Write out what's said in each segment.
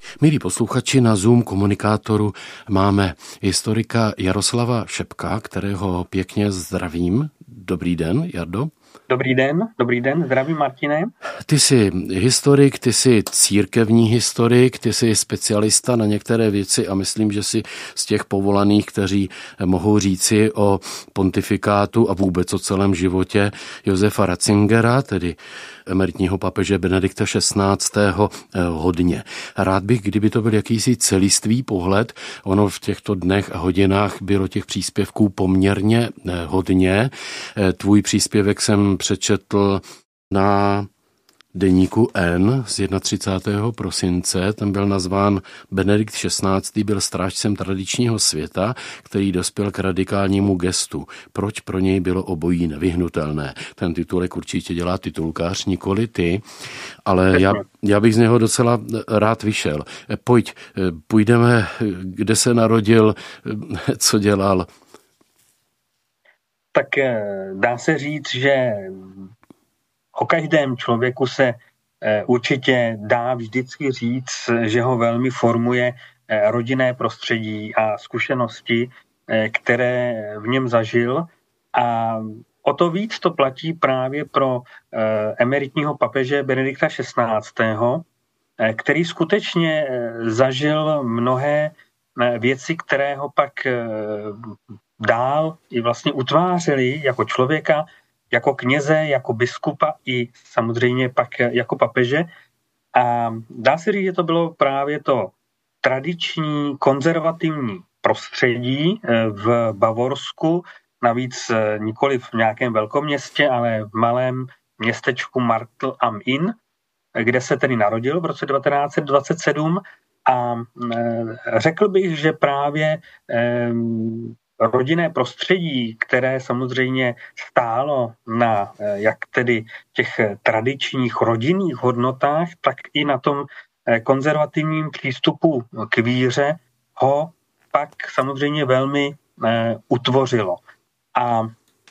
Milí posluchači, na Zoom komunikátoru máme historika Jaroslava Šepka, kterého pěkně zdravím. Dobrý den, Jardo. Dobrý den, zdravím, Martine. Ty jsi historik, ty jsi církevní historik, ty jsi specialista na některé věci a myslím, že jsi z těch povolaných, kteří mohou říci o pontifikátu a vůbec o celém životě Josefa Ratzingera, tedy emeritního papeže Benedikta XVI. Hodně. Rád bych, kdyby to byl jakýsi celistvý pohled, ono v těchto dnech a hodinách bylo těch příspěvků poměrně hodně. Tvůj příspěvek jsem přečetl na deníku N z 31. prosince. Ten byl nazván Benedikt XVI. Byl strážcem tradičního světa, který dospěl k radikálnímu gestu. Proč pro něj bylo obojí nevyhnutelné? Ten titulek určitě dělá titulkář, nikoli ty, ale já bych z něho docela rád vyšel. Půjdeme, kde se narodil, co dělal. Tak dá se říct, že o každém člověku se určitě dá vždycky říct, že ho velmi formuje rodinné prostředí a zkušenosti, které v něm zažil. A o to víc to platí právě pro emeritního papeže Benedikta XVI., který skutečně zažil mnohé věci, které ho pak dál i vlastně utvářely jako člověka, jako kněze, jako biskupa i samozřejmě pak jako papeže. A dá se říct, že to bylo právě to tradiční konzervativní prostředí v Bavorsku, navíc nikoli v nějakém velkoměstě, ale v malém městečku Martl am Inn, kde se tedy narodil v roce 1927. A řekl bych, že právě rodinné prostředí, které samozřejmě stálo na jak tedy těch tradičních rodinných hodnotách, tak i na tom konzervativním přístupu k víře ho pak samozřejmě velmi utvořilo. A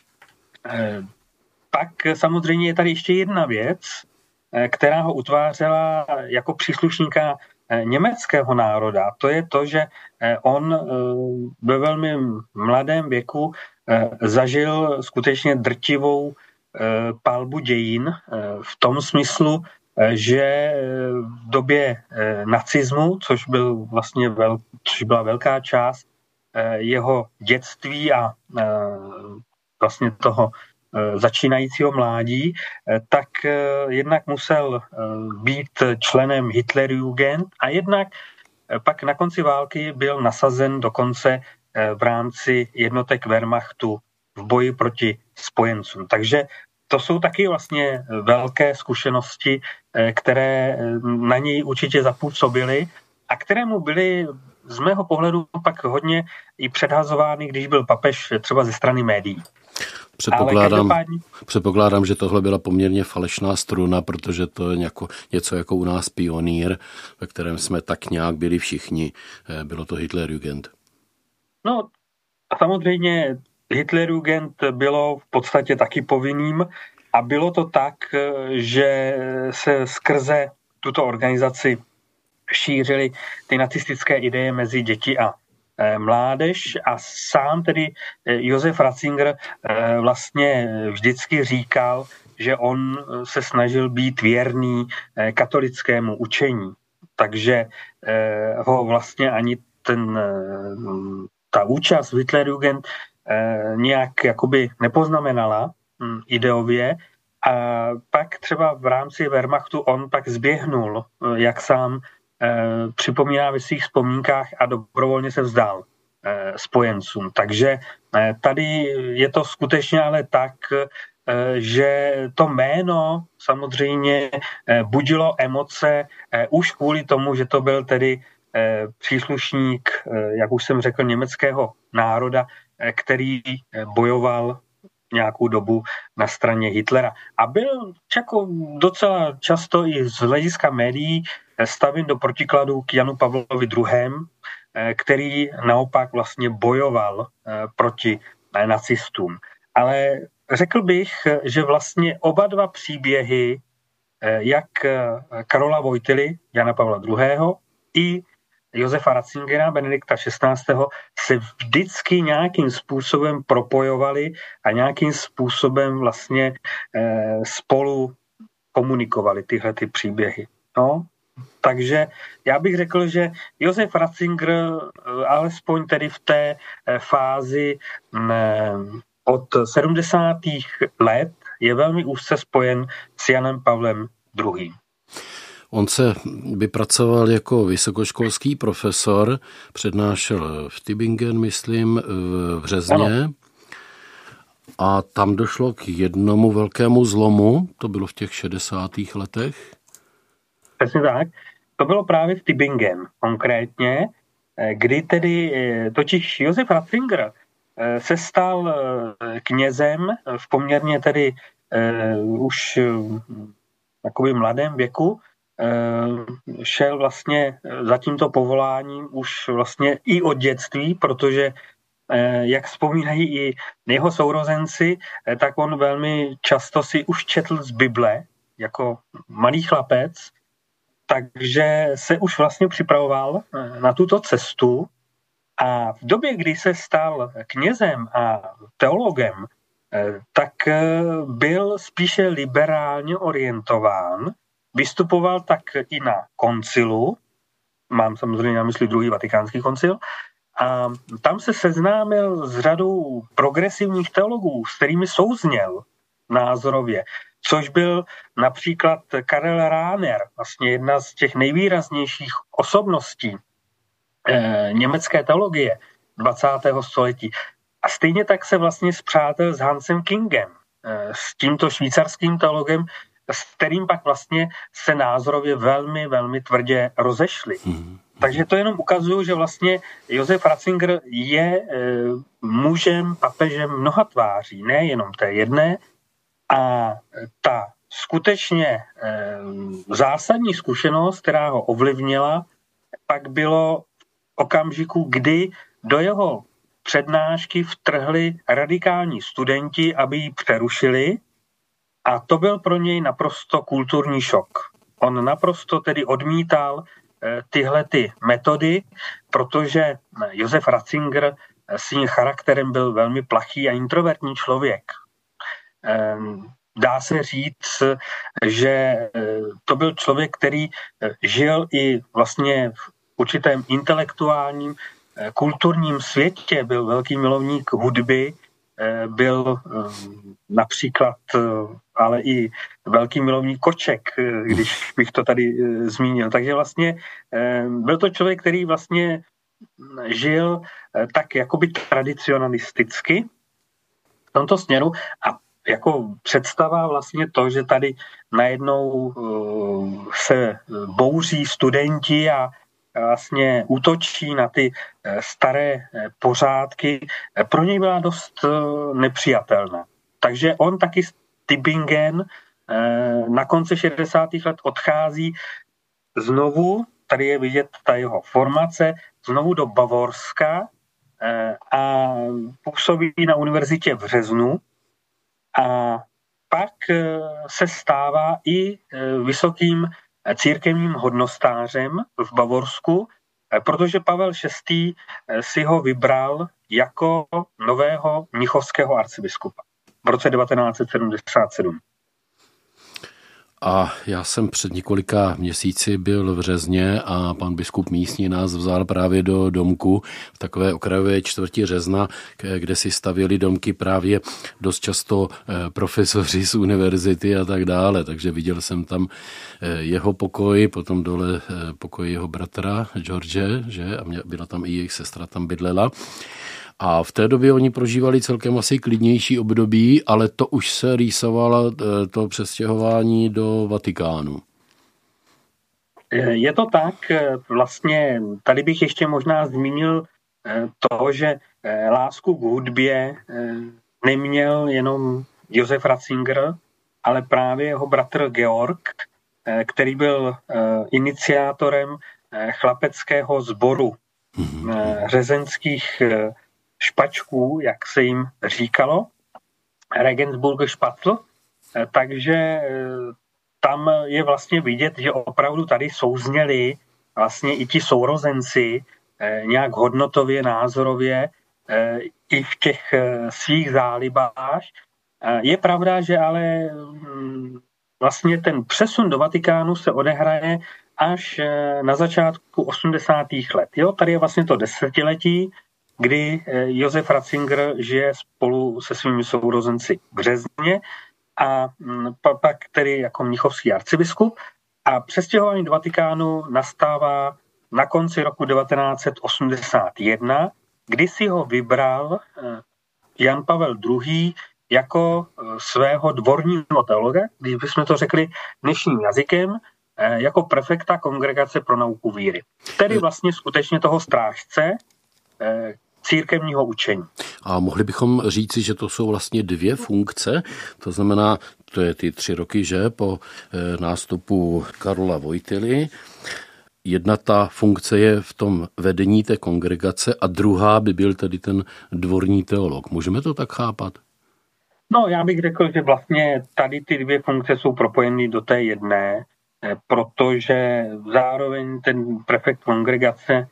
pak samozřejmě je tady ještě jedna věc, která ho utvářela jako příslušníka německého národa. To je to, že on ve velmi mladém věku zažil skutečně drtivou palbu dějin v tom smyslu, že v době nacismu, což byla velká část jeho dětství a vlastně toho začínajícího mládí, tak jednak musel být členem Hitlerjugend a jednak pak na konci války byl nasazen dokonce v rámci jednotek Wehrmachtu v boji proti spojencům. Takže to jsou taky vlastně velké zkušenosti, které na něj určitě zapůsobily a které mu byly z mého pohledu pak hodně i předhazovány, když byl papež třeba ze strany médií. Předpokládám, že tohle byla poměrně falešná struna, protože to je něco jako u nás pionýr, ve kterém jsme tak nějak byli všichni. Bylo to Hitlerjugend. No a samozřejmě Hitlerjugend bylo v podstatě taky povinným a bylo to tak, že se skrze tuto organizaci šířily ty nacistické ideje mezi děti a mládež a sám tedy Josef Ratzinger vlastně vždycky říkal, že on se snažil být věrný katolickému učení. Takže ho vlastně ani ta účast v Hitlerjugend nějak jakoby nepoznamenala ideově. A pak třeba v rámci Wehrmachtu on pak zběhnul, jak sám připomíná ve svých vzpomínkách a dobrovolně se vzdal spojencům. Takže tady je to skutečně ale tak, že to jméno samozřejmě budilo emoce už kvůli tomu, že to byl tedy příslušník, jak už jsem řekl, německého národa, který bojoval nějakou dobu na straně Hitlera. A byl jako docela často i z hlediska médií stavěn do protikladu k Janu Pavlovi II., který naopak vlastně bojoval proti nacistům. Ale řekl bych, že vlastně oba dva příběhy, jak Karola Wojtyly, Jana Pavla II., i Josefa Ratzingera, Benedikta XVI. Se vždycky nějakým způsobem propojovali a nějakým způsobem vlastně spolu komunikovali tyhle ty příběhy. No, takže já bych řekl, že Josef Ratzinger alespoň tedy v té fázi od 70. let je velmi úzce spojen s Janem Pavlem II. On se vypracoval jako vysokoškolský profesor, přednášel v Tübingen, myslím, v Březně. Ano. A tam došlo k jednomu velkému zlomu, to bylo v těch 60. letech. Přesně tak. To bylo právě v Tübingen konkrétně, kdy tedy totiž Josef Ratzinger se stal knězem v poměrně tedy už takovým mladém věku, šel vlastně za tímto povoláním už vlastně i od dětství, protože jak vzpomínají i jeho sourozenci, tak on velmi často si už četl z Bible jako malý chlapec, takže se už vlastně připravoval na tuto cestu a v době, kdy se stal knězem a teologem, tak byl spíše liberálně orientován, vystupoval tak i na koncilu, mám samozřejmě na mysli druhý vatikánský koncil, a tam se seznámil s řadou progresivních teologů, s kterými souzněl názorově, což byl například Karel Rahner, vlastně jedna z těch nejvýraznějších osobností německé teologie 20. století. A stejně tak se vlastně spřátel s Hansem Kingem, s tímto švýcarským teologem, s kterým pak vlastně se názorově velmi, velmi tvrdě rozešli. Takže to jenom ukazuje, že vlastně Josef Ratzinger je mužem, papežem mnoha tváří, nejenom té jedné. A ta skutečně zásadní zkušenost, která ho ovlivnila, pak bylo v okamžiku, kdy do jeho přednášky vtrhli radikální studenti, aby ji přerušili. A to byl pro něj naprosto kulturní šok. On naprosto tedy odmítal tyhle ty metody, protože Josef Ratzinger svým charakterem byl velmi plachý a introvertní člověk. Dá se říct, že to byl člověk, který žil i vlastně v určitém intelektuálním, kulturním světě, byl velký milovník hudby, byl například ale i velký milovník koček, když bych to tady zmínil. Takže vlastně byl to člověk, který vlastně žil tak jakoby tradicionalisticky v tomto směru a jako představa vlastně to, že tady najednou se bouří studenti a vlastně útočí na ty staré pořádky, pro něj byla dost nepřijatelná. Takže on taky z Tübingen na konci 60. let odchází znovu, tady je vidět ta jeho formace, znovu do Bavorska a působí na univerzitě v Březnu a pak se stává i vysokým církevním hodnostářem v Bavorsku, protože Pavel VI. Si ho vybral jako nového mnichovského arcibiskupa v roce 1977. A já jsem před několika měsíci byl v Březně a pan biskup místní nás vzal právě do domku v takové okrajové čtvrti Řezna, kde si stavěli domky právě dost často profesoři z univerzity a tak dále. Takže viděl jsem tam jeho pokoj, potom dole pokoj jeho bratra George, že? A byla tam i jejich sestra, tam bydlela. A v té době oni prožívali celkem asi klidnější období, ale to už se rýsovalo to přestěhování do Vatikánu. Je to tak, vlastně tady bych ještě možná zmínil to, že lásku k hudbě neměl jenom Josef Ratzinger, ale právě jeho bratr Georg, který byl iniciátorem chlapeckého sboru řezenských špačků, jak se jim říkalo, Regensburger Spatl, takže tam je vlastně vidět, že opravdu tady souzněli vlastně i ti sourozenci nějak hodnotově, názorově i v těch svých zálibách. Je pravda, že ale vlastně ten přesun do Vatikánu se odehraje až na začátku 80. let. Jo, tady je vlastně to desetiletí, kdy Josef Ratzinger žije spolu se svými sourozenci v Březně a pak tedy jako mnichovský arcibiskup a přestěhování do Vatikánu nastává na konci roku 1981, kdy si ho vybral Jan Pavel II. Jako svého dvorního teologa, když bychom to řekli dnešním jazykem, jako prefekta Kongregace pro nauku víry. Tedy vlastně skutečně toho strážce církevního učení. A mohli bychom říci, že to jsou vlastně dvě funkce, to znamená, to je ty 3 roky, že, po nástupu Karola Wojtyly. Jedna ta funkce je v tom vedení té kongregace a druhá by byl tedy ten dvorní teolog. Můžeme to tak chápat? No, já bych řekl, že vlastně tady ty dvě funkce jsou propojeny do té jedné, protože zároveň ten prefekt kongregace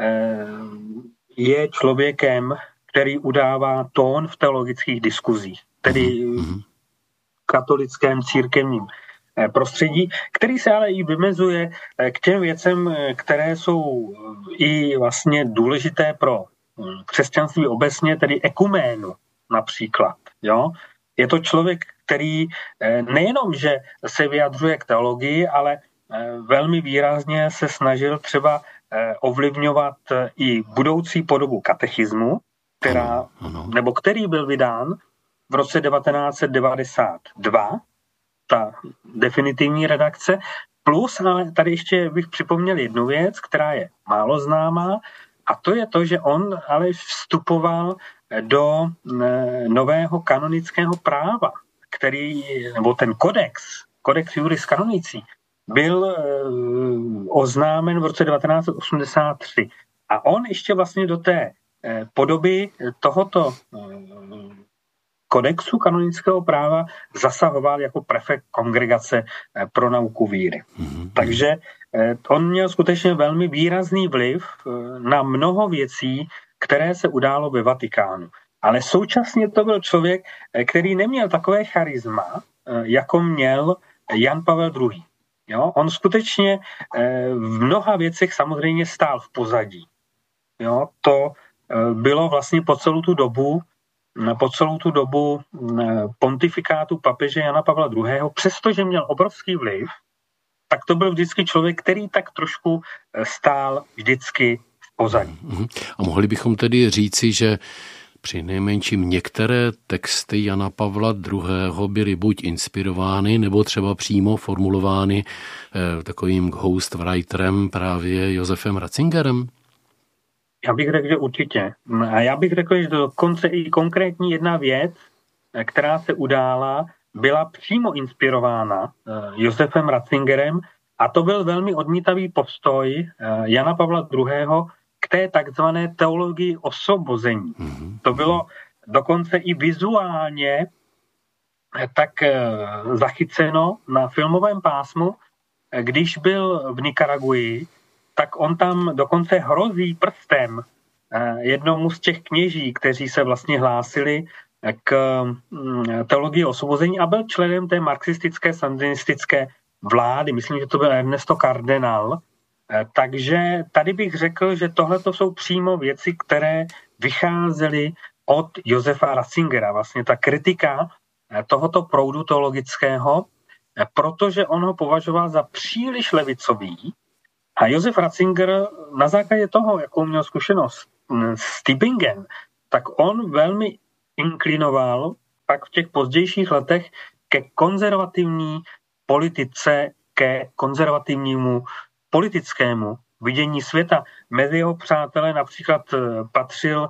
je člověkem, který udává tón v teologických diskuzích, tedy v katolickém církevním prostředí, který se ale i vymezuje k těm věcem, které jsou i vlastně důležité pro křesťanství obecně, tedy ekuménu například. Jo? Je to člověk, který nejenom, že se vyjadřuje k teologii, ale velmi výrazně se snažil třeba ovlivňovat i budoucí podobu katechismu, který byl vydán v roce 1992, ta definitivní redakce, plus, ale tady ještě bych připomněl jednu věc, která je málo známá, a to je to, že on ale vstupoval do nového kanonického práva, nebo ten kodex Juris Canonici, byl oznámen v roce 1983. A on ještě vlastně do té podoby tohoto kodexu kanonického práva zasahoval jako prefekt Kongregace pro nauku víry. Takže on měl skutečně velmi výrazný vliv na mnoho věcí, které se událo ve Vatikánu. Ale současně to byl člověk, který neměl takové charisma, jako měl Jan Pavel II. Jo? On skutečně v mnoha věcech samozřejmě stál v pozadí. Jo? To bylo vlastně po celou tu dobu pontifikátu papeže Jana Pavla II. Přestože měl obrovský vliv, tak to byl vždycky člověk, který tak trošku stál vždycky v pozadí. A mohli bychom tedy říci, že přinejmenším některé texty Jana Pavla II. Byly buď inspirovány, nebo třeba přímo formulovány takovým ghostwriterem právě Josefem Ratzingerem? Já bych řekl, že určitě. A já bych řekl, že dokonce i konkrétní jedna věc, která se udála, byla přímo inspirována Josefem Ratzingerem a to byl velmi odmítavý postoj Jana Pavla II. K té takzvané teologii osvobození. To bylo dokonce i vizuálně tak zachyceno na filmovém pásmu, když byl v Nikaraguji, tak on tam dokonce hrozí prstem jednomu z těch kněží, kteří se vlastně hlásili k teologii osvobození a byl členem té marxistické, sandinistické vlády. Myslím, že to byl Ernesto Cardenal. Takže tady bych řekl, že tohle to jsou přímo věci, které vycházely od Josefa Ratzingera. Vlastně ta kritika tohoto proudu teologického, protože on ho považoval za příliš levicový. A Josef Ratzinger na základě toho, jakou měl zkušenost s Tübingen, tak on velmi inklinoval pak v těch pozdějších letech ke konzervativní politice, ke konzervativnímu politickému vidění světa. Mezi jeho přátelé například patřil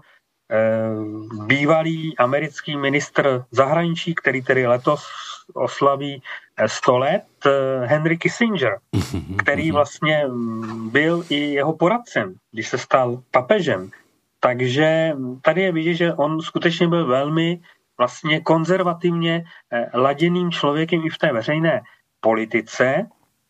bývalý americký ministr zahraničí, který tedy letos oslaví 100 let, Henry Kissinger, který vlastně byl i jeho poradcem, když se stal papežem. Takže tady je vidět, že on skutečně byl velmi vlastně konzervativně laděným člověkem i v té veřejné politice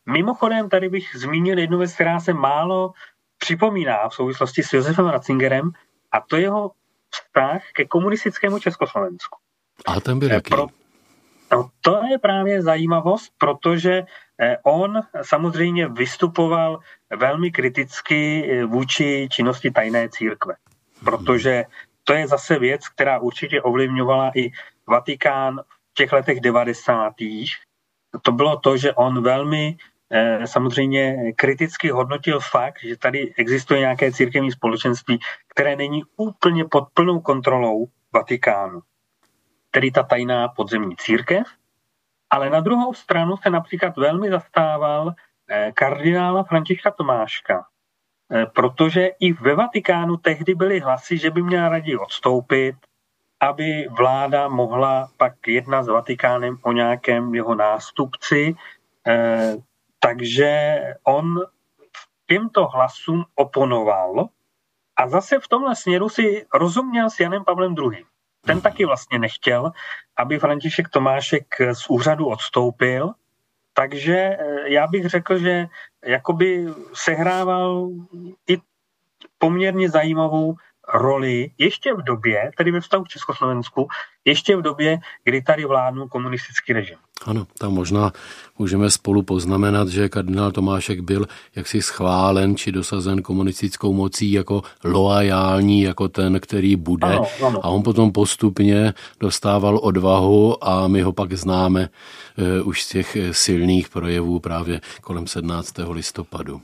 Mimochodem, tady bych zmínil jednu věc, která se málo připomíná v souvislosti s Josefem Ratzingerem, a to jeho vztah ke komunistickému Československu. A ten byl jaký? No, to je právě zajímavost, protože on samozřejmě vystupoval velmi kriticky vůči činnosti tajné církve, protože to je zase věc, která určitě ovlivňovala i Vatikán v těch letech 90. To bylo to, že on velmi samozřejmě kriticky hodnotil fakt, že tady existuje nějaké církevní společenství, které není úplně pod plnou kontrolou Vatikánu, tedy ta tajná podzemní církev. Ale na druhou stranu se například velmi zastával kardinála Františka Tomáška, protože i ve Vatikánu tehdy byly hlasy, že by měl raději odstoupit, aby vláda mohla pak jednat s Vatikánem o nějakém jeho nástupci. Takže on těmto hlasům oponoval a zase v tomhle směru si rozuměl s Janem Pavlem II. Ten taky vlastně nechtěl, aby František Tomášek z úřadu odstoupil, takže já bych řekl, že jakoby sehrával i poměrně zajímavou roli ještě v době, tedy ve vztahu k Československu, ještě v době, kdy tady vládnul komunistický režim. Ano, tam možná můžeme spolu poznamenat, že kardinál Tomášek byl jaksi schválen či dosazen komunistickou mocí jako loajální, jako ten, který bude. Ano. A on potom postupně dostával odvahu a my ho pak známe už z těch silných projevů právě kolem 17. listopadu.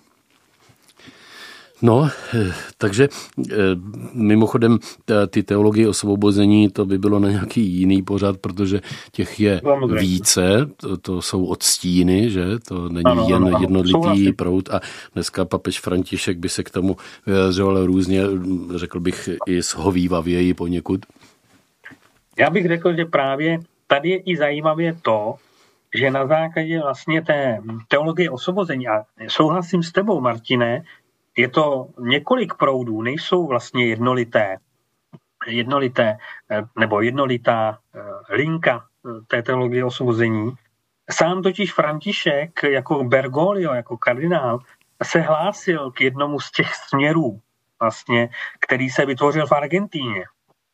No, takže mimochodem ty teologie osvobození, to by bylo na nějaký jiný pořad, protože těch je více, to jsou odstíny, že? To není jen jednolitý proud a dneska papež František by se k tomu vyjadřoval různě, řekl bych i shovívavěji poněkud. Já bych řekl, že právě tady je i zajímavé to, že na základě vlastně té teologie osvobození, a souhlasím s tebou, Martine, je to několik proudů, nejsou vlastně jednolitá linka té teologie osvobození. Sám totiž František jako Bergoglio, jako kardinál, se hlásil k jednomu z těch směrů, vlastně, který se vytvořil v Argentíně.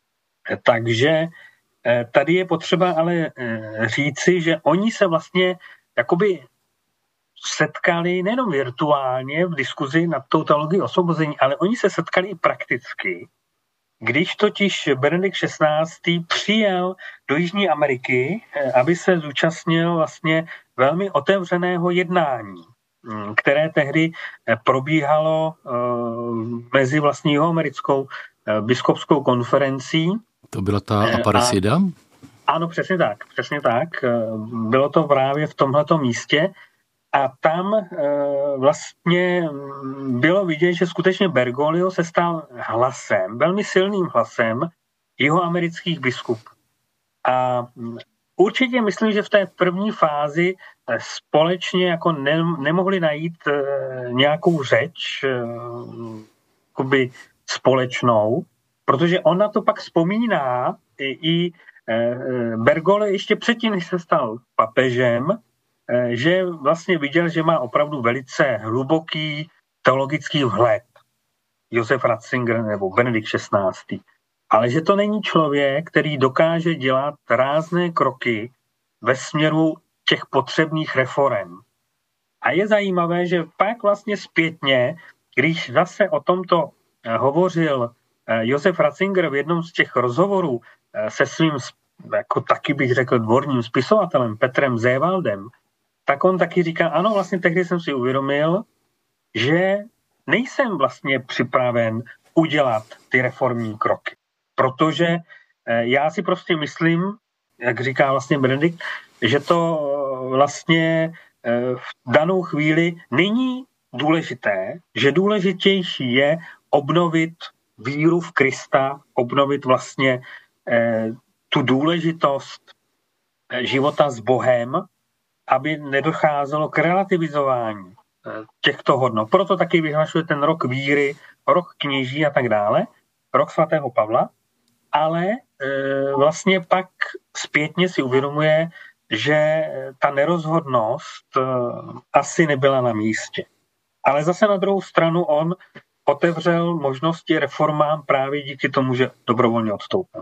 Takže tady je potřeba ale říci, že oni se vlastně jakoby setkali nejenom virtuálně v diskuzi nad tou teologií osvobození, ale oni se setkali i prakticky, když totiž Benedikt XVI. Přijel do Jižní Ameriky, aby se zúčastnil vlastně velmi otevřeného jednání, které tehdy probíhalo mezi vlastně jihoamerickou biskupskou konferencí. To byla ta Aparecida? Ano, přesně tak. Bylo to právě v tomhletom místě. A tam vlastně bylo vidět, že skutečně Bergoglio se stal hlasem, velmi silným hlasem jihoamerických biskupů. A určitě myslím, že v té první fázi společně jako nemohli najít nějakou řeč jakoby společnou, protože on na to pak vzpomíná i Bergoglio ještě předtím, než se stal papežem, že vlastně viděl, že má opravdu velice hluboký teologický vhled Josef Ratzinger nebo Benedikt XVI. Ale že to není člověk, který dokáže dělat rázné kroky ve směru těch potřebných reforem. A je zajímavé, že pak vlastně zpětně, když zase o tomto hovořil Josef Ratzinger v jednom z těch rozhovorů se svým, jako taky bych řekl, dvorním spisovatelem Petrem Zévaldem, tak on taky říká, ano, vlastně tehdy jsem si uvědomil, že nejsem vlastně připraven udělat ty reformní kroky. Protože já si prostě myslím, jak říká vlastně Benedikt, že to vlastně v danou chvíli není důležité, že důležitější je obnovit víru v Krista, obnovit vlastně tu důležitost života s Bohem, aby nedocházelo k relativizování těchto hodnot. Proto taky vyhlašuje ten rok víry, rok kněží a tak dále, rok svatého Pavla, ale vlastně pak zpětně si uvědomuje, že ta nerozhodnost asi nebyla na místě. Ale zase na druhou stranu on otevřel možnosti reformám právě díky tomu, že dobrovolně odstoupil.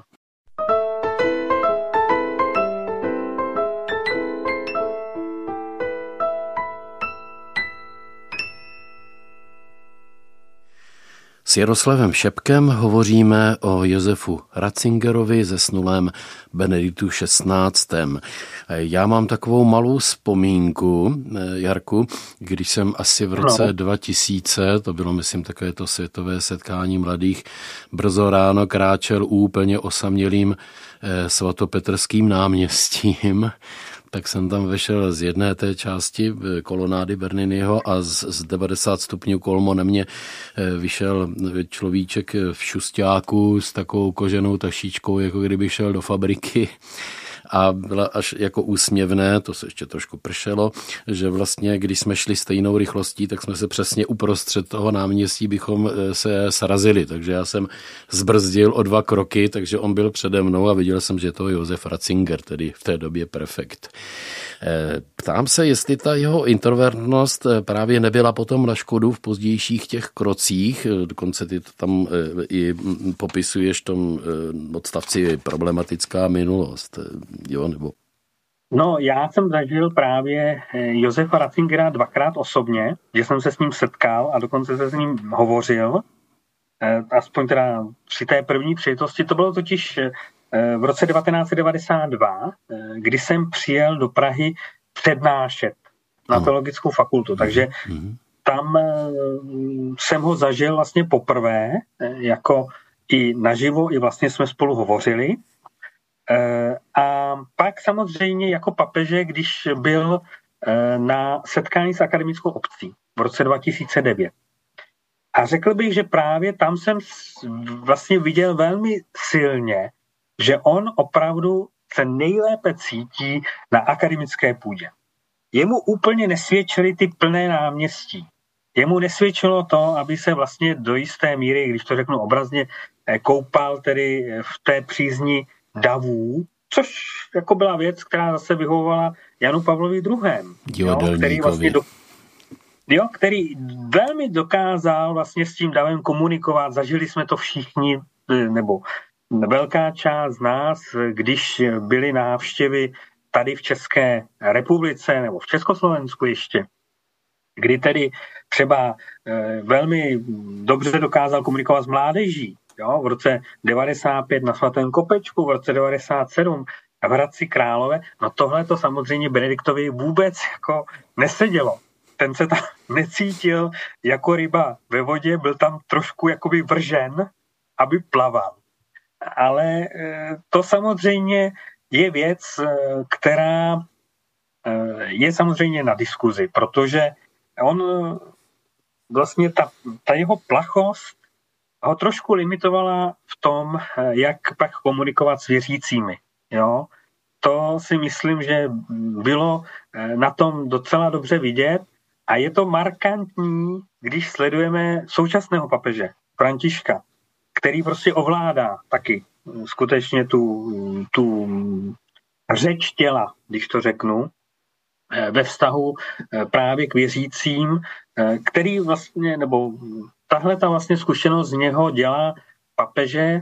S Jaroslavem Šepkem hovoříme o Josefu Ratzingerovi, zesnulém Benediktu XVI. Já mám takovou malou vzpomínku, Jarku, když jsem asi v roce 2000, to bylo myslím takové to světové setkání mladých, brzo ráno kráčel úplně osamělým svatopetrským náměstím, tak jsem tam vešel z jedné té části kolonády Berniniho a z 90 stupňů kolmo na mě vyšel človíček v šustáku s takovou koženou tašíčkou, jako kdyby šel do fabriky. A byla až jako úsměvné, to se ještě trošku pršelo, že vlastně, když jsme šli stejnou rychlostí, tak jsme se přesně uprostřed toho náměstí bychom se srazili. Takže já jsem zbrzdil o 2 kroky, takže on byl přede mnou a viděl jsem, že to je Josef Ratzinger, tedy v té době prefekt. Ptám se, jestli ta jeho introvertnost právě nebyla potom na škodu v pozdějších těch krocích, dokonce ty to tam i popisuješ v tom odstavci problematická minulost. Jo, nebo? No, já jsem zažil právě Josefa Ratzingera 2krát osobně, že jsem se s ním setkal a dokonce se s ním hovořil, aspoň teda při té první příležitosti. To bylo totiž v roce 1992, kdy jsem přijel do Prahy přednášet na teologickou fakultu, takže tam jsem ho zažil vlastně poprvé, jako i naživo, i vlastně jsme spolu hovořili. A pak samozřejmě jako papeže, když byl na setkání s akademickou obcí v roce 2009. A řekl bych, že právě tam jsem vlastně viděl velmi silně, že on opravdu se nejlépe cítí na akademické půdě. Jemu úplně nesvědčily ty plné náměstí. Jemu nesvědčilo to, aby se vlastně do jisté míry, když to řeknu obrazně, koupal tedy v té přízni davů, což jako byla věc, která zase vyhovovala Janu Pavlovi II. Který velmi dokázal vlastně s tím davem komunikovat. Zažili jsme to všichni, nebo velká část z nás, když byly návštěvy tady v České republice nebo v Československu ještě, kdy tedy třeba velmi dobře dokázal komunikovat s mládeží. Jo, v roce 95 na Svatém Kopečku, v roce 97 v Hradci Králové. No tohle to samozřejmě Benediktovi vůbec jako nesedělo. Ten se tam necítil jako ryba ve vodě, byl tam trošku jakoby vržen, aby plaval. Ale to samozřejmě je věc, která je samozřejmě na diskuzi, protože on vlastně ta jeho plachost ho trošku limitovala v tom, jak pak komunikovat s věřícími. Jo? To si myslím, že bylo na tom docela dobře vidět a je to markantní, když sledujeme současného papeže Františka, který prostě ovládá taky skutečně tu řeč těla, když to řeknu, ve vztahu právě k věřícím, který vlastně, nebo tahle ta vlastně zkušenost z něho dělá papeže,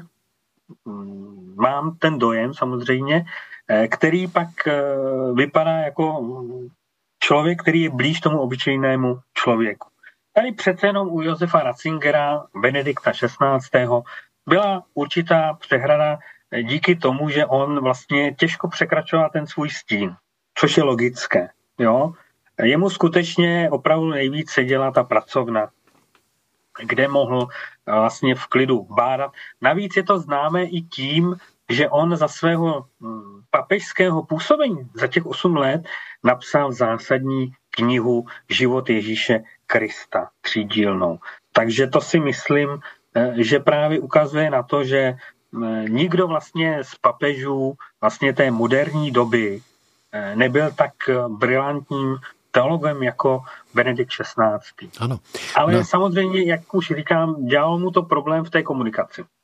mám ten dojem samozřejmě, který pak vypadá jako člověk, který je blíž tomu obyčejnému člověku. Tady přece jenom u Josefa Ratzingera, Benedikta XVI. Byla určitá přehrada díky tomu, že on vlastně těžko překračoval ten svůj stín, což je logické. Jo? Jemu skutečně opravdu nejvíc seděla ta pracovna, kde mohl vlastně v klidu bádat. Navíc je to známé i tím, že on za svého papežského působení za těch 8 let napsal zásadní knihu Život Ježíše Krista, 3dílnou. Takže to si myslím, že právě ukazuje na to, že nikdo vlastně z papežů vlastně té moderní doby nebyl tak brilantním teologem jako Benedikt XVI. Ano. Ale samozřejmě, jak už říkám, dělalo mu to problém v té komunikaci.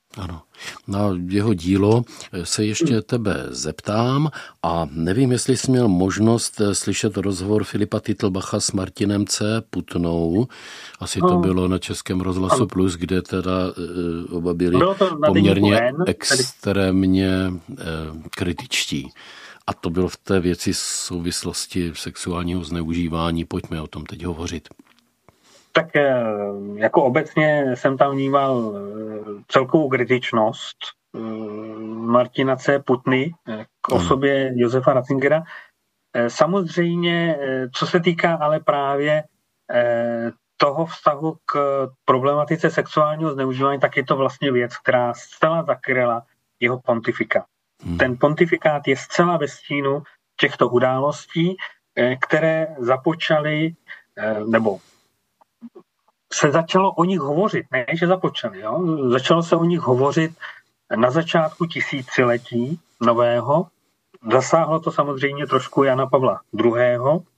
Ano. Na jeho dílo se ještě tebe zeptám a nevím, jestli jsi měl možnost slyšet rozhovor Filipa Titlbacha s Martinem C. Putnou. Asi to bylo na Českém rozhlasu Plus, kde teda oba byli poměrně extrémně kritičtí. A to bylo v té věci souvislosti sexuálního zneužívání. Pojďme o tom teď hovořit. Tak jako obecně jsem tam vnímal celkovou kritičnost Martina C. Putny k osobě Josefa Ratzingera. Samozřejmě, co se týká ale právě toho vztahu k problematice sexuálního zneužívání, tak je to vlastně věc, která zcela zakryla jeho pontifika. Ten pontifikát je zcela ve stínu těchto událostí, které započaly, nebo se začalo o nich hovořit, ne, že započali, jo? Začalo se o nich hovořit na začátku tisíciletí nového. Zasáhlo to samozřejmě trošku Jana Pavla II.,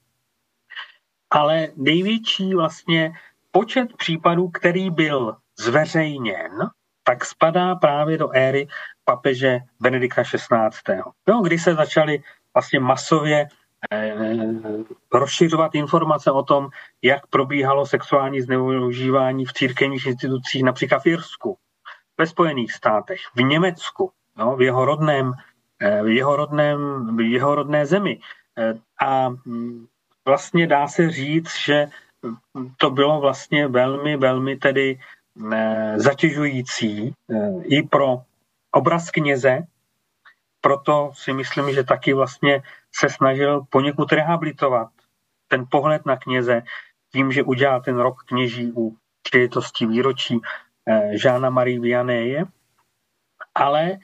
ale největší vlastně počet případů, který byl zveřejněn, tak spadá právě do éry papeže Benedikta XVI. Jo, kdy se začaly vlastně masově rozšiřovat informace o tom, jak probíhalo sexuální zneužívání v církevních institucích, například v Irsku, ve Spojených státech, v Německu, no, v jeho rodné zemi. A vlastně dá se říct, že to bylo vlastně velmi, velmi tedy zatěžující i pro obraz kněze. Proto si myslím, že taky vlastně se snažil poněkud rehabilitovat ten pohled na kněze tím, že udělal ten rok kněží u příležitosti výročí Žána Marie Vianneye. Ale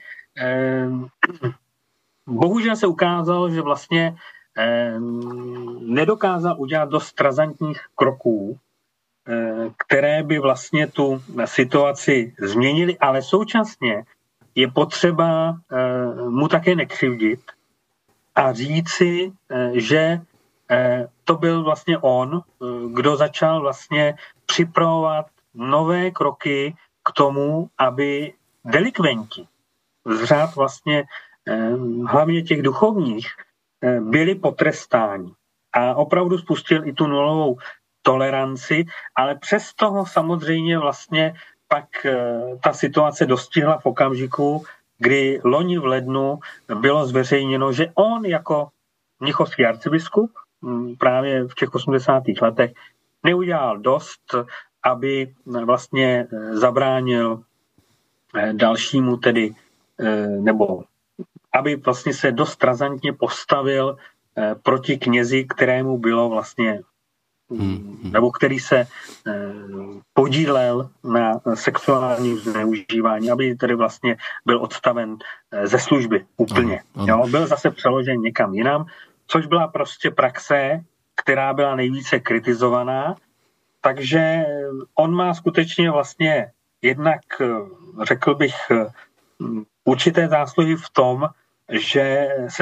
bohužel se ukázalo, že vlastně nedokázal udělat dost razantních kroků, které by vlastně tu situaci změnily, ale současně je potřeba mu také nekřivdit a říci, že to byl vlastně on, kdo začal vlastně připravovat nové kroky k tomu, aby delikventi z řád vlastně hlavně těch duchovních byli potrestáni. A opravdu spustil i tu nulovou toleranci, ale přes toho samozřejmě vlastně pak ta situace dostihla v okamžiku, kdy loni v lednu bylo zveřejněno, že on jako mnichovský arcibiskup právě v těch 80. letech neudělal dost, aby vlastně zabránil dalšímu tedy, nebo aby vlastně se dost razantně postavil proti knězi, kterému bylo vlastně nebo který se podílel na sexuálním zneužívání, aby tedy vlastně byl odstaven ze služby úplně. Jo, byl zase přeložen někam jinam, což byla prostě praxe, která byla nejvíce kritizovaná. Takže on má skutečně vlastně jednak, řekl bych, určité zásluhy v tom, že se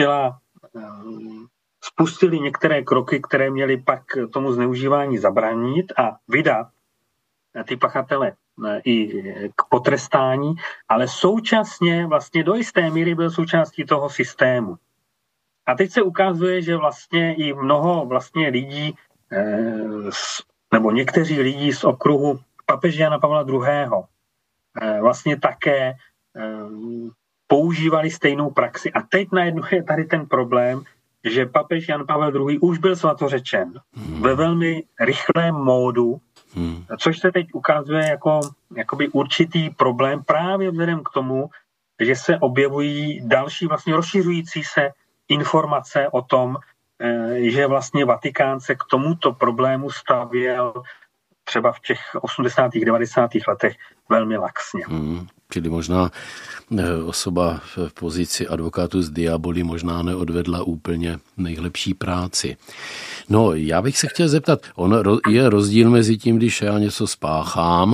spustili některé kroky, které měly pak tomu zneužívání zabránit a vydat ty pachatele i k potrestání, ale současně vlastně do jisté míry byl součástí toho systému. A teď se ukazuje, že vlastně i mnoho vlastně lidí, nebo někteří lidi z okruhu papeže Jana Pavla II. Vlastně také používali stejnou praxi. A teď najednou je tady ten problém, že papež Jan Pavel II. Už byl svatořečen ve velmi rychlém módu, což se teď ukazuje jako jakoby určitý problém právě vzhledem k tomu, že se objevují další vlastně rozšiřující se informace o tom, že vlastně Vatikán se k tomuto problému stavěl třeba v těch 80. 90. letech velmi laxně. Čili možná osoba v pozici advokátu z diaboli možná neodvedla úplně nejlepší práci. No, já bych se chtěl zeptat, je rozdíl mezi tím, když já něco spáchám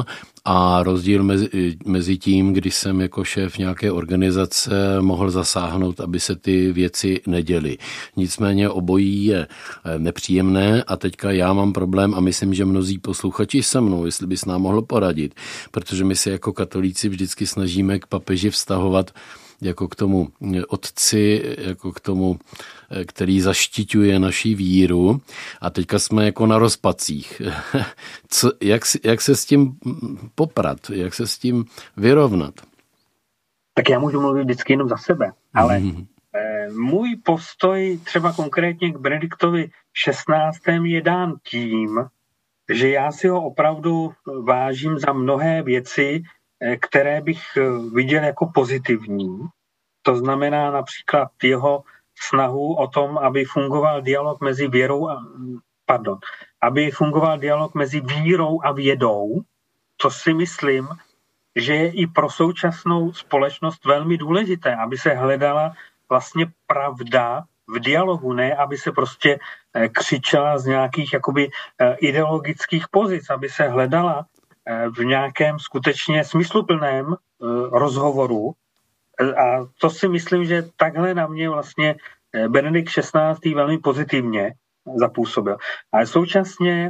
a rozdíl mezi tím, kdy jsem jako šéf nějaké organizace mohl zasáhnout, aby se ty věci neděly. Nicméně obojí je nepříjemné a teďka já mám problém a myslím, že mnozí posluchači se mnou, jestli bys nám mohl poradit, protože my se jako katolíci vždycky snažíme k papeži vztahovat jako k tomu otci, jako k tomu, který naší víru a teďka jsme jako na rozpacích. Jak se s tím poprat, jak se s tím vyrovnat? Tak já můžu mluvit vždycky jenom za sebe, ale můj postoj třeba konkrétně k Benediktovi XVI. Je dán tím, že já si ho opravdu vážím za mnohé věci, které bych viděl jako pozitivní. To znamená například jeho snahu o tom, aby fungoval dialog mezi vírou a vědou, co si myslím, že je i pro současnou společnost velmi důležité, aby se hledala vlastně pravda v dialogu, ne aby se prostě křičela z nějakých jakoby ideologických pozic, aby se hledala v nějakém skutečně smysluplném rozhovoru. A to si myslím, že takhle na mě vlastně Benedikt XVI. Velmi pozitivně zapůsobil. Ale současně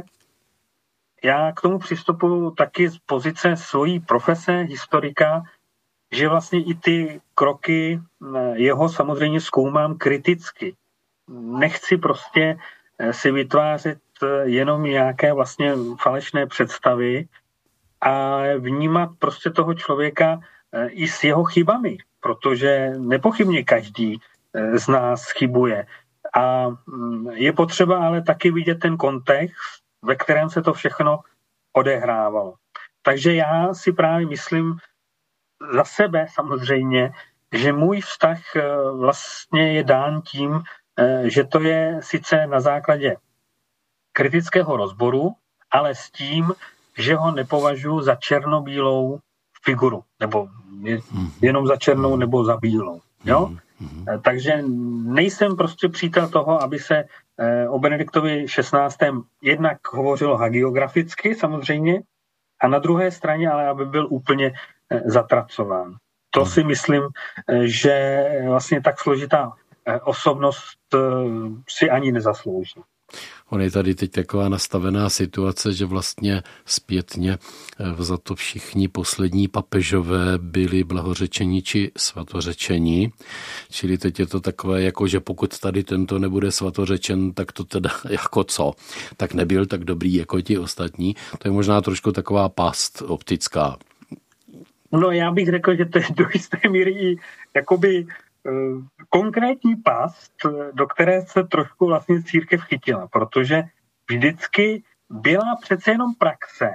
já k tomu přistupuji taky z pozice svojí profese historika, že vlastně i ty kroky jeho samozřejmě zkoumám kriticky. Nechci prostě si vytvářet jenom nějaké vlastně falešné představy a vnímat prostě toho člověka i s jeho chybami, protože nepochybně každý z nás chybuje. A je potřeba ale taky vidět ten kontext, ve kterém se to všechno odehrávalo. Takže já si právě myslím za sebe samozřejmě, že můj vztah vlastně je dán tím, že to je sice na základě kritického rozboru, ale s tím, že ho nepovažuji za černobílou figuru, nebo jenom za černou nebo za bílou. Jo? Takže nejsem prostě přítel toho, aby se o Benediktovi XVI. Jednak hovořilo hagiograficky samozřejmě a na druhé straně ale aby byl úplně zatracován. To si myslím, že vlastně tak složitá osobnost si ani nezaslouží. On je tady teď taková nastavená situace, že vlastně zpětně za to všichni poslední papežové byli blahořečeni či svatořečeni. Čili teď je to takové, jako že pokud tady tento nebude svatořečen, tak to teda jako co? Tak nebyl tak dobrý jako ti ostatní. To je možná trošku taková past optická. No já bych řekl, že to je do jisté míry jakoby konkrétní past, do které se trošku vlastně církev chytila, protože vždycky byla přece jenom praxe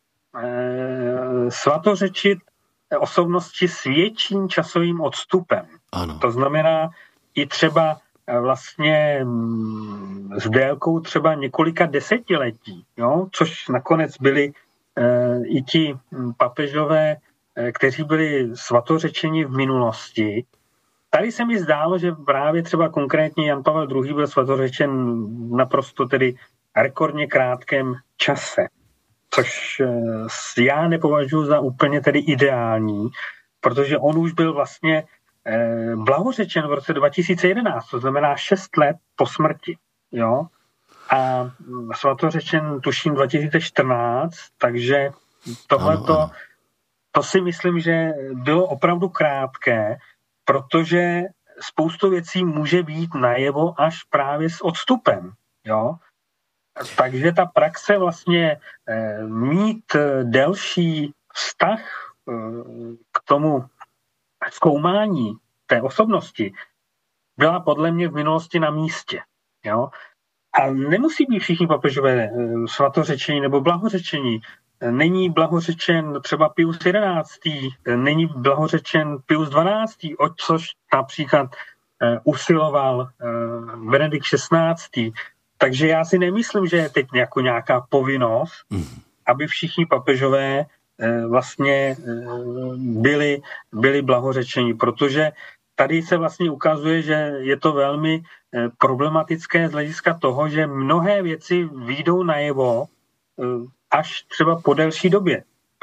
svatořečit osobnosti s větším časovým odstupem. Ano. To znamená i třeba vlastně s délkou třeba několika desetiletí, jo? Což nakonec byli i ti papežové, kteří byli svatořečeni v minulosti. Tady se mi zdálo, že právě třeba konkrétně Jan Pavel II. Byl svatořečen naprosto tedy rekordně krátkém čase, což já nepovažuji za úplně tedy ideální, protože on už byl vlastně blahořečen v roce 2011, to znamená 6 let po smrti. Jo? A svatořečen tuším 2014, takže tohleto, to si myslím, že bylo opravdu krátké, protože spoustu věcí může být najevo až právě s odstupem. Jo? Takže ta praxe vlastně mít delší vztah k tomu zkoumání té osobnosti byla podle mě v minulosti na místě. Jo? A nemusí být všichni papežové svatořečení nebo blahořečení. Není blahořečen třeba Pius XI, není blahořečen Pius XII, o což například usiloval Benedikt XVI. Takže já si nemyslím, že je teď jako nějaká povinnost, aby všichni papežové vlastně byli blahořečeni, protože tady se vlastně ukazuje, že je to velmi problematické z hlediska toho, že mnohé věci vyjdou najevo až třeba po delší době,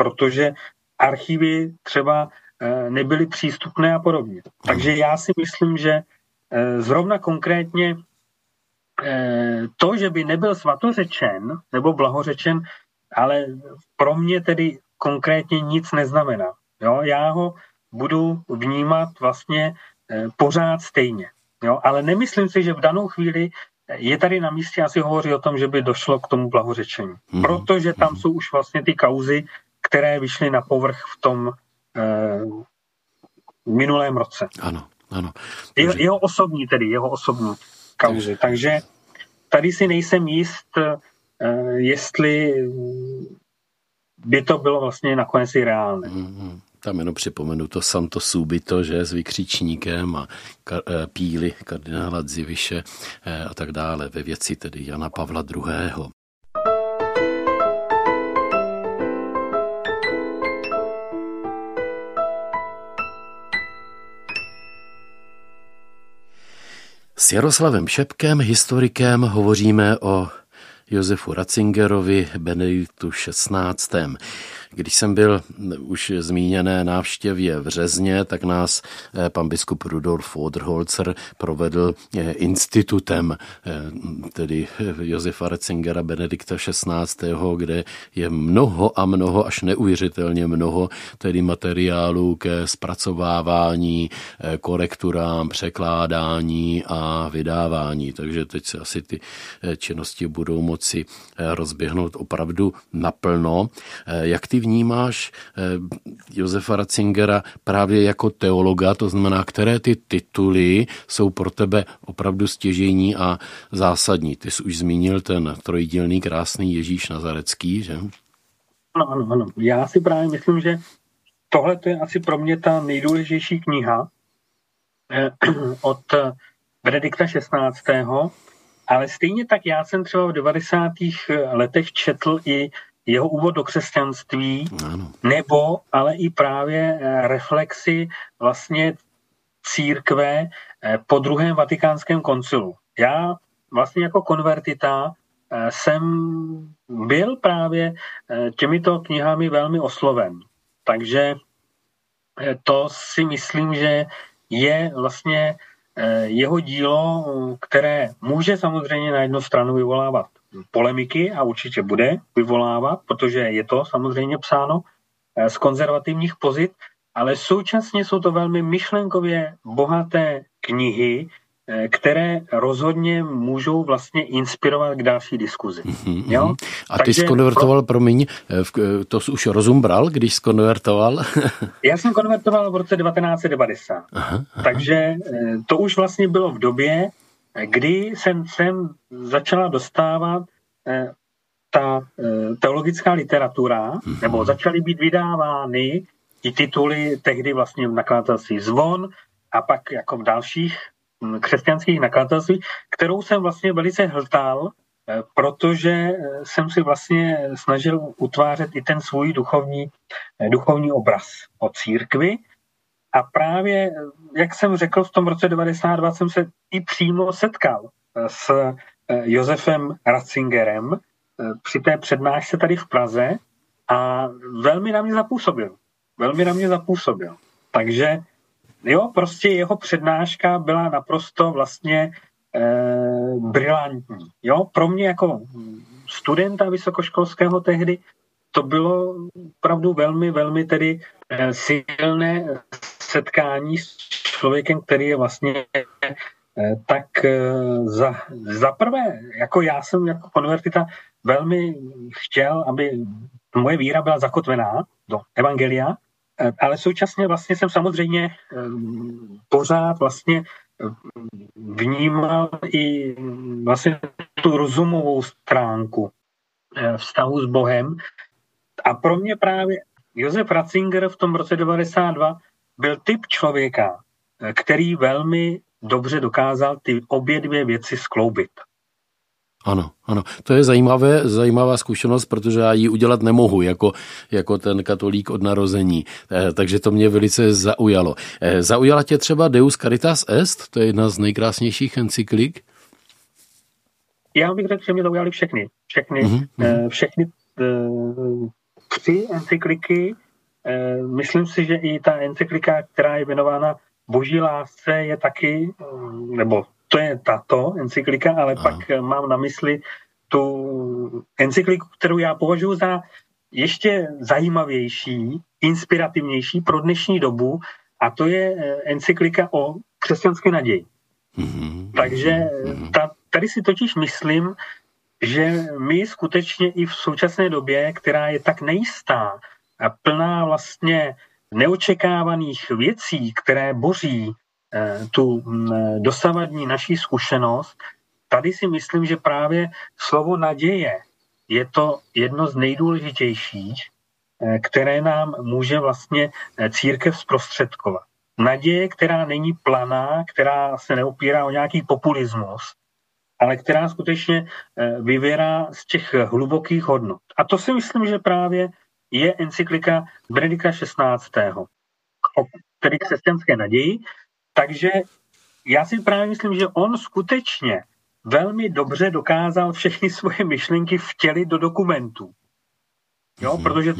protože archivy třeba nebyly přístupné a podobně. Takže já si myslím, že zrovna konkrétně to, že by nebyl svatořečen nebo blahořečen, ale pro mě tedy konkrétně nic neznamená. Jo? Já ho budu vnímat vlastně pořád stejně. Jo? Ale nemyslím si, že v danou chvíli je tady na místě asi hovoří o tom, že by došlo k tomu blahořečení. Protože tam jsou už vlastně ty kauzy, které vyšly na povrch v tom minulém roce. Ano. Jeho osobní kauzy. Takže tady si nejsem jist, jestli by to bylo vlastně nakonec i reálné. Tam jenom připomenu to Santo Subito, že s vykřičníkem a píly kardinála Dziwisze a tak dále ve věci tedy Jana Pavla II. S Jaroslavem Šepkem, historikem, hovoříme o Josefu Ratzingerovi, Benediktu XVI. Když jsem byl už zmíněné návštěvě v Řezně, tak nás pan biskup Rudolf Oderholzer provedl institutem, tedy Josefa Ratzingera, Benedikta XVI., kde je mnoho, až neuvěřitelně mnoho, tedy materiálů ke zpracovávání, korekturám, překládání a vydávání. Takže teď se asi ty činnosti budou moci rozběhnout opravdu naplno. Jak ty vnímáš Josefa Ratzingera právě jako teologa, to znamená, které ty tituly jsou pro tebe opravdu stěžejní a zásadní? Ty jsi už zmínil ten trojdílný krásný Ježíš Nazarecký, že? Ano. Já si právě myslím, že tohle je asi pro mě ta nejdůležitější kniha od Benedikta XVI., ale stejně tak já jsem třeba v 90. letech četl i jeho úvod do křesťanství, nebo ale i právě reflexy vlastně církve po druhém vatikánském koncilu. Já vlastně jako konvertita jsem byl právě těmito knihami velmi osloven. Takže to si myslím, že je vlastně jeho dílo, které může samozřejmě na jednu stranu vyvolávat polemiky a určitě bude vyvolávat, protože je to samozřejmě psáno z konzervativních pozic, ale současně jsou to velmi myšlenkově bohaté knihy, které rozhodně můžou vlastně inspirovat k další diskuzi. Jo? A ty jsi konvertoval, promiň, to jsi už rozum bral, když jsi konvertoval? Já jsem konvertoval v roce 1990. Aha. Takže to už vlastně bylo v době, kdy jsem začala dostávat ta teologická literatura, nebo začaly být vydávány i tituly tehdy vlastně v nakladatelství Zvon a pak jako v dalších křesťanských nakladatelství, kterou jsem vlastně velice hltal, protože jsem si vlastně snažil utvářet i ten svůj duchovní obraz o církvi. A právě, jak jsem řekl, v tom roce 92 jsem se i přímo setkal s Josefem Ratzingerem při té přednášce tady v Praze a velmi na mě zapůsobil. Takže jo, prostě jeho přednáška byla naprosto vlastně brilantní. Jo, pro mě jako studenta vysokoškolského tehdy to bylo opravdu velmi tedy silné setkání s člověkem, který je vlastně tak za prvé, jako já jsem jako konvertita velmi chtěl, aby moje víra byla zakotvená do evangelia, ale současně vlastně jsem samozřejmě pořád vlastně vnímal i vlastně tu rozumovou stránku vztahu s Bohem. A pro mě právě Josef Ratzinger v tom roce 92 byl typ člověka, který velmi dobře dokázal ty obě dvě věci skloubit. Ano. To je zajímavá zkušenost, protože já ji udělat nemohu jako ten katolík od narození. Takže to mě velice zaujalo. Zaujala tě třeba Deus Caritas Est? To je jedna z nejkrásnějších encyklik? Já bych řekl, že mě zaujaly všechny 3 encykliky. Myslím si, že i ta encyklika, která je věnována boží lásce, je taky, nebo to je tato encyklika, ale pak mám na mysli tu encykliku, kterou já považuji za ještě zajímavější, inspirativnější pro dnešní dobu, a to je encyklika o křesťanské naději. Takže tady si totiž myslím, že my skutečně i v současné době, která je tak nejistá a plná vlastně neočekávaných věcí, které boří tu dosavadní naší zkušenost, tady si myslím, že právě slovo naděje je to jedno z nejdůležitějších, které nám může vlastně církev zprostředkovat. Naděje, která není planá, která se neopírá o nějaký populismus, ale která skutečně vyvěrá z těch hlubokých hodnot. A to si myslím, že právě je encyklika Benedikta XVI. Tedy křesťanské naději. Takže já si právě myslím, že on skutečně velmi dobře dokázal všechny svoje myšlenky vtělit do dokumentů. Jo, protože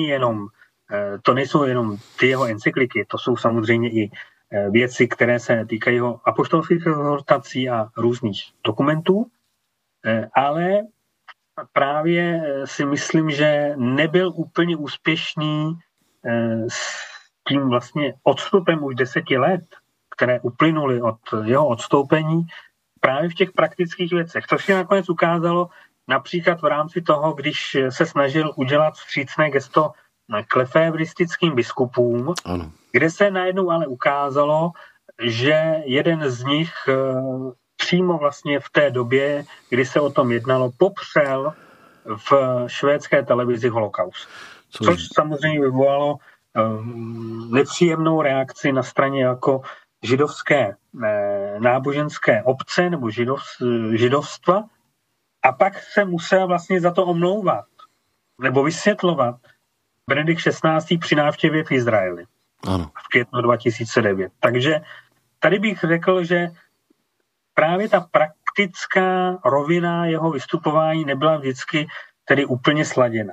to nejsou jenom ty jeho encykliky, to jsou samozřejmě i věci, které se týkají jeho apoštolských exhortací a různých dokumentů, ale právě si myslím, že nebyl úplně úspěšný s tím vlastně odstupem už 10 let, které uplynuly od jeho odstoupení, právě v těch praktických věcech. To si nakonec ukázalo například v rámci toho, když se snažil udělat vstřícné gesto k lefébristickým biskupům, ano. Kde se najednou ale ukázalo, že jeden z nich přímo vlastně v té době, kdy se o tom jednalo, popřel v švédské televizi holokaust. Což samozřejmě vyvolalo nepříjemnou reakci na straně jako židovské náboženské obce nebo židovstva, a pak se musel vlastně za to omlouvat nebo vysvětlovat Benedikt XVI. Při návštěvě v Izraeli. Ano. V květnu 2009. Takže tady bych řekl, že právě ta praktická rovina jeho vystupování nebyla vždycky tedy úplně sladěna.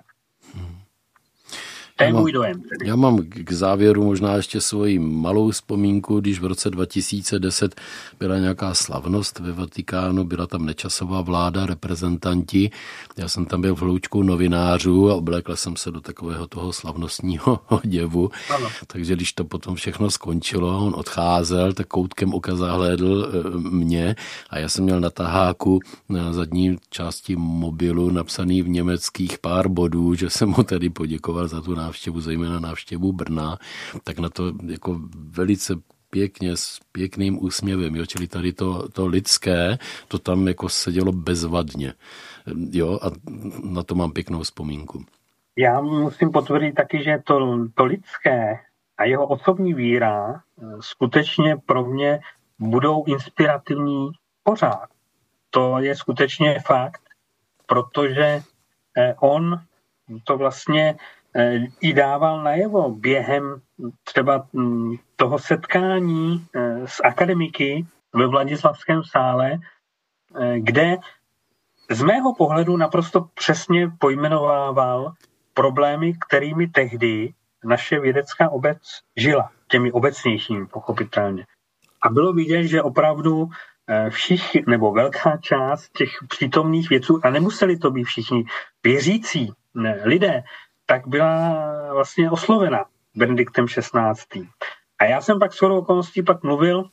To je můj dojem. Tedy. Já mám k závěru možná ještě svoji malou vzpomínku, když v roce 2010 byla nějaká slavnost ve Vatikánu, byla tam Nečasová vláda, reprezentanti. Já jsem tam byl v hloučku novinářů a oblékl jsem se do takového toho slavnostního oděvu. Ano. Takže když to potom všechno skončilo, on odcházel, tak koutkem oka zahlédl mě a já jsem měl na taháku na zadní části mobilu napsaný v německých pár bodů, že jsem mu tedy poděkoval za tu návštěvu, zejména návštěvu Brna, tak na to jako velice pěkně, s pěkným úsměvem, jo, čili tady to lidské, to tam jako sedělo bezvadně, jo, a na to mám pěknou vzpomínku. Já musím potvrdit taky, že to lidské a jeho osobní víra skutečně pro mě budou inspirativní pořád. To je skutečně fakt, protože on to vlastně i dával najevo během třeba toho setkání s akademiky ve Vladislavském sále, kde z mého pohledu naprosto přesně pojmenovával problémy, kterými tehdy naše vědecká obec žila, těmi obecnějšími pochopitelně. A bylo vidět, že opravdu všichni, nebo velká část těch přítomných vědců, a nemuseli to být všichni věřící lidé, tak byla vlastně oslovena Benediktem XVI. A já jsem pak shodou okolností pak mluvil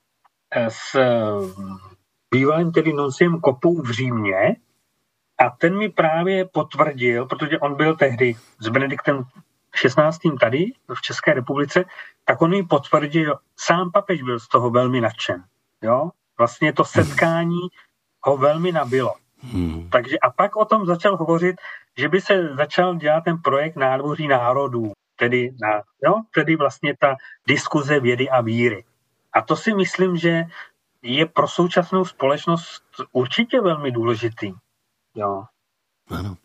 s bývalým tedy nunciem Kopou v Římě a ten mi právě potvrdil, protože on byl tehdy s Benediktem XVI. Tady v České republice, tak on mi potvrdil, že sám papež byl z toho velmi nadšen. Jo? Vlastně to setkání ho velmi nabilo. Takže a pak o tom začal hovořit, že by se začal dělat ten projekt Nádvoří národů, tedy vlastně ta diskuze vědy a víry. A to si myslím, že je pro současnou společnost určitě velmi důležitý. Jo. Ano.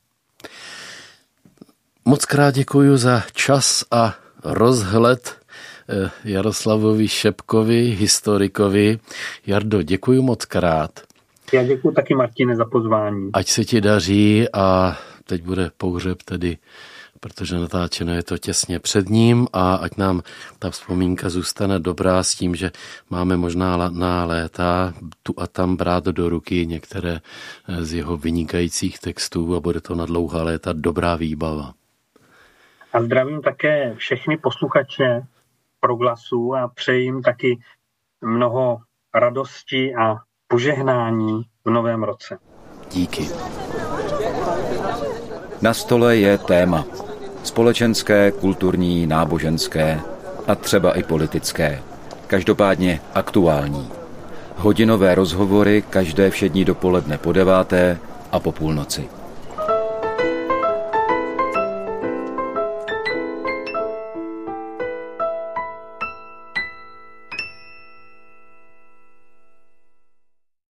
Moc krát děkuji za čas a rozhled Jaroslavovi Šepkovi, historikovi. Jardo, děkuji moc krát. Já děkuji taky, Martine, za pozvání. Ať se ti daří a teď bude pohřeb tedy protože natáčeno je to těsně před ním a ať nám ta vzpomínka zůstane dobrá s tím, že máme možná na léta tu a tam brát do ruky některé z jeho vynikajících textů a bude to na dlouhá léta dobrá výbava. A zdravím také všechny posluchače Proglasu a přeji jim taky mnoho radosti a požehnání v novém roce. Díky. Na stole je téma. Společenské, kulturní, náboženské a třeba i politické. Každopádně aktuální. Hodinové rozhovory každé všední dopoledne po 9. a po půlnoci.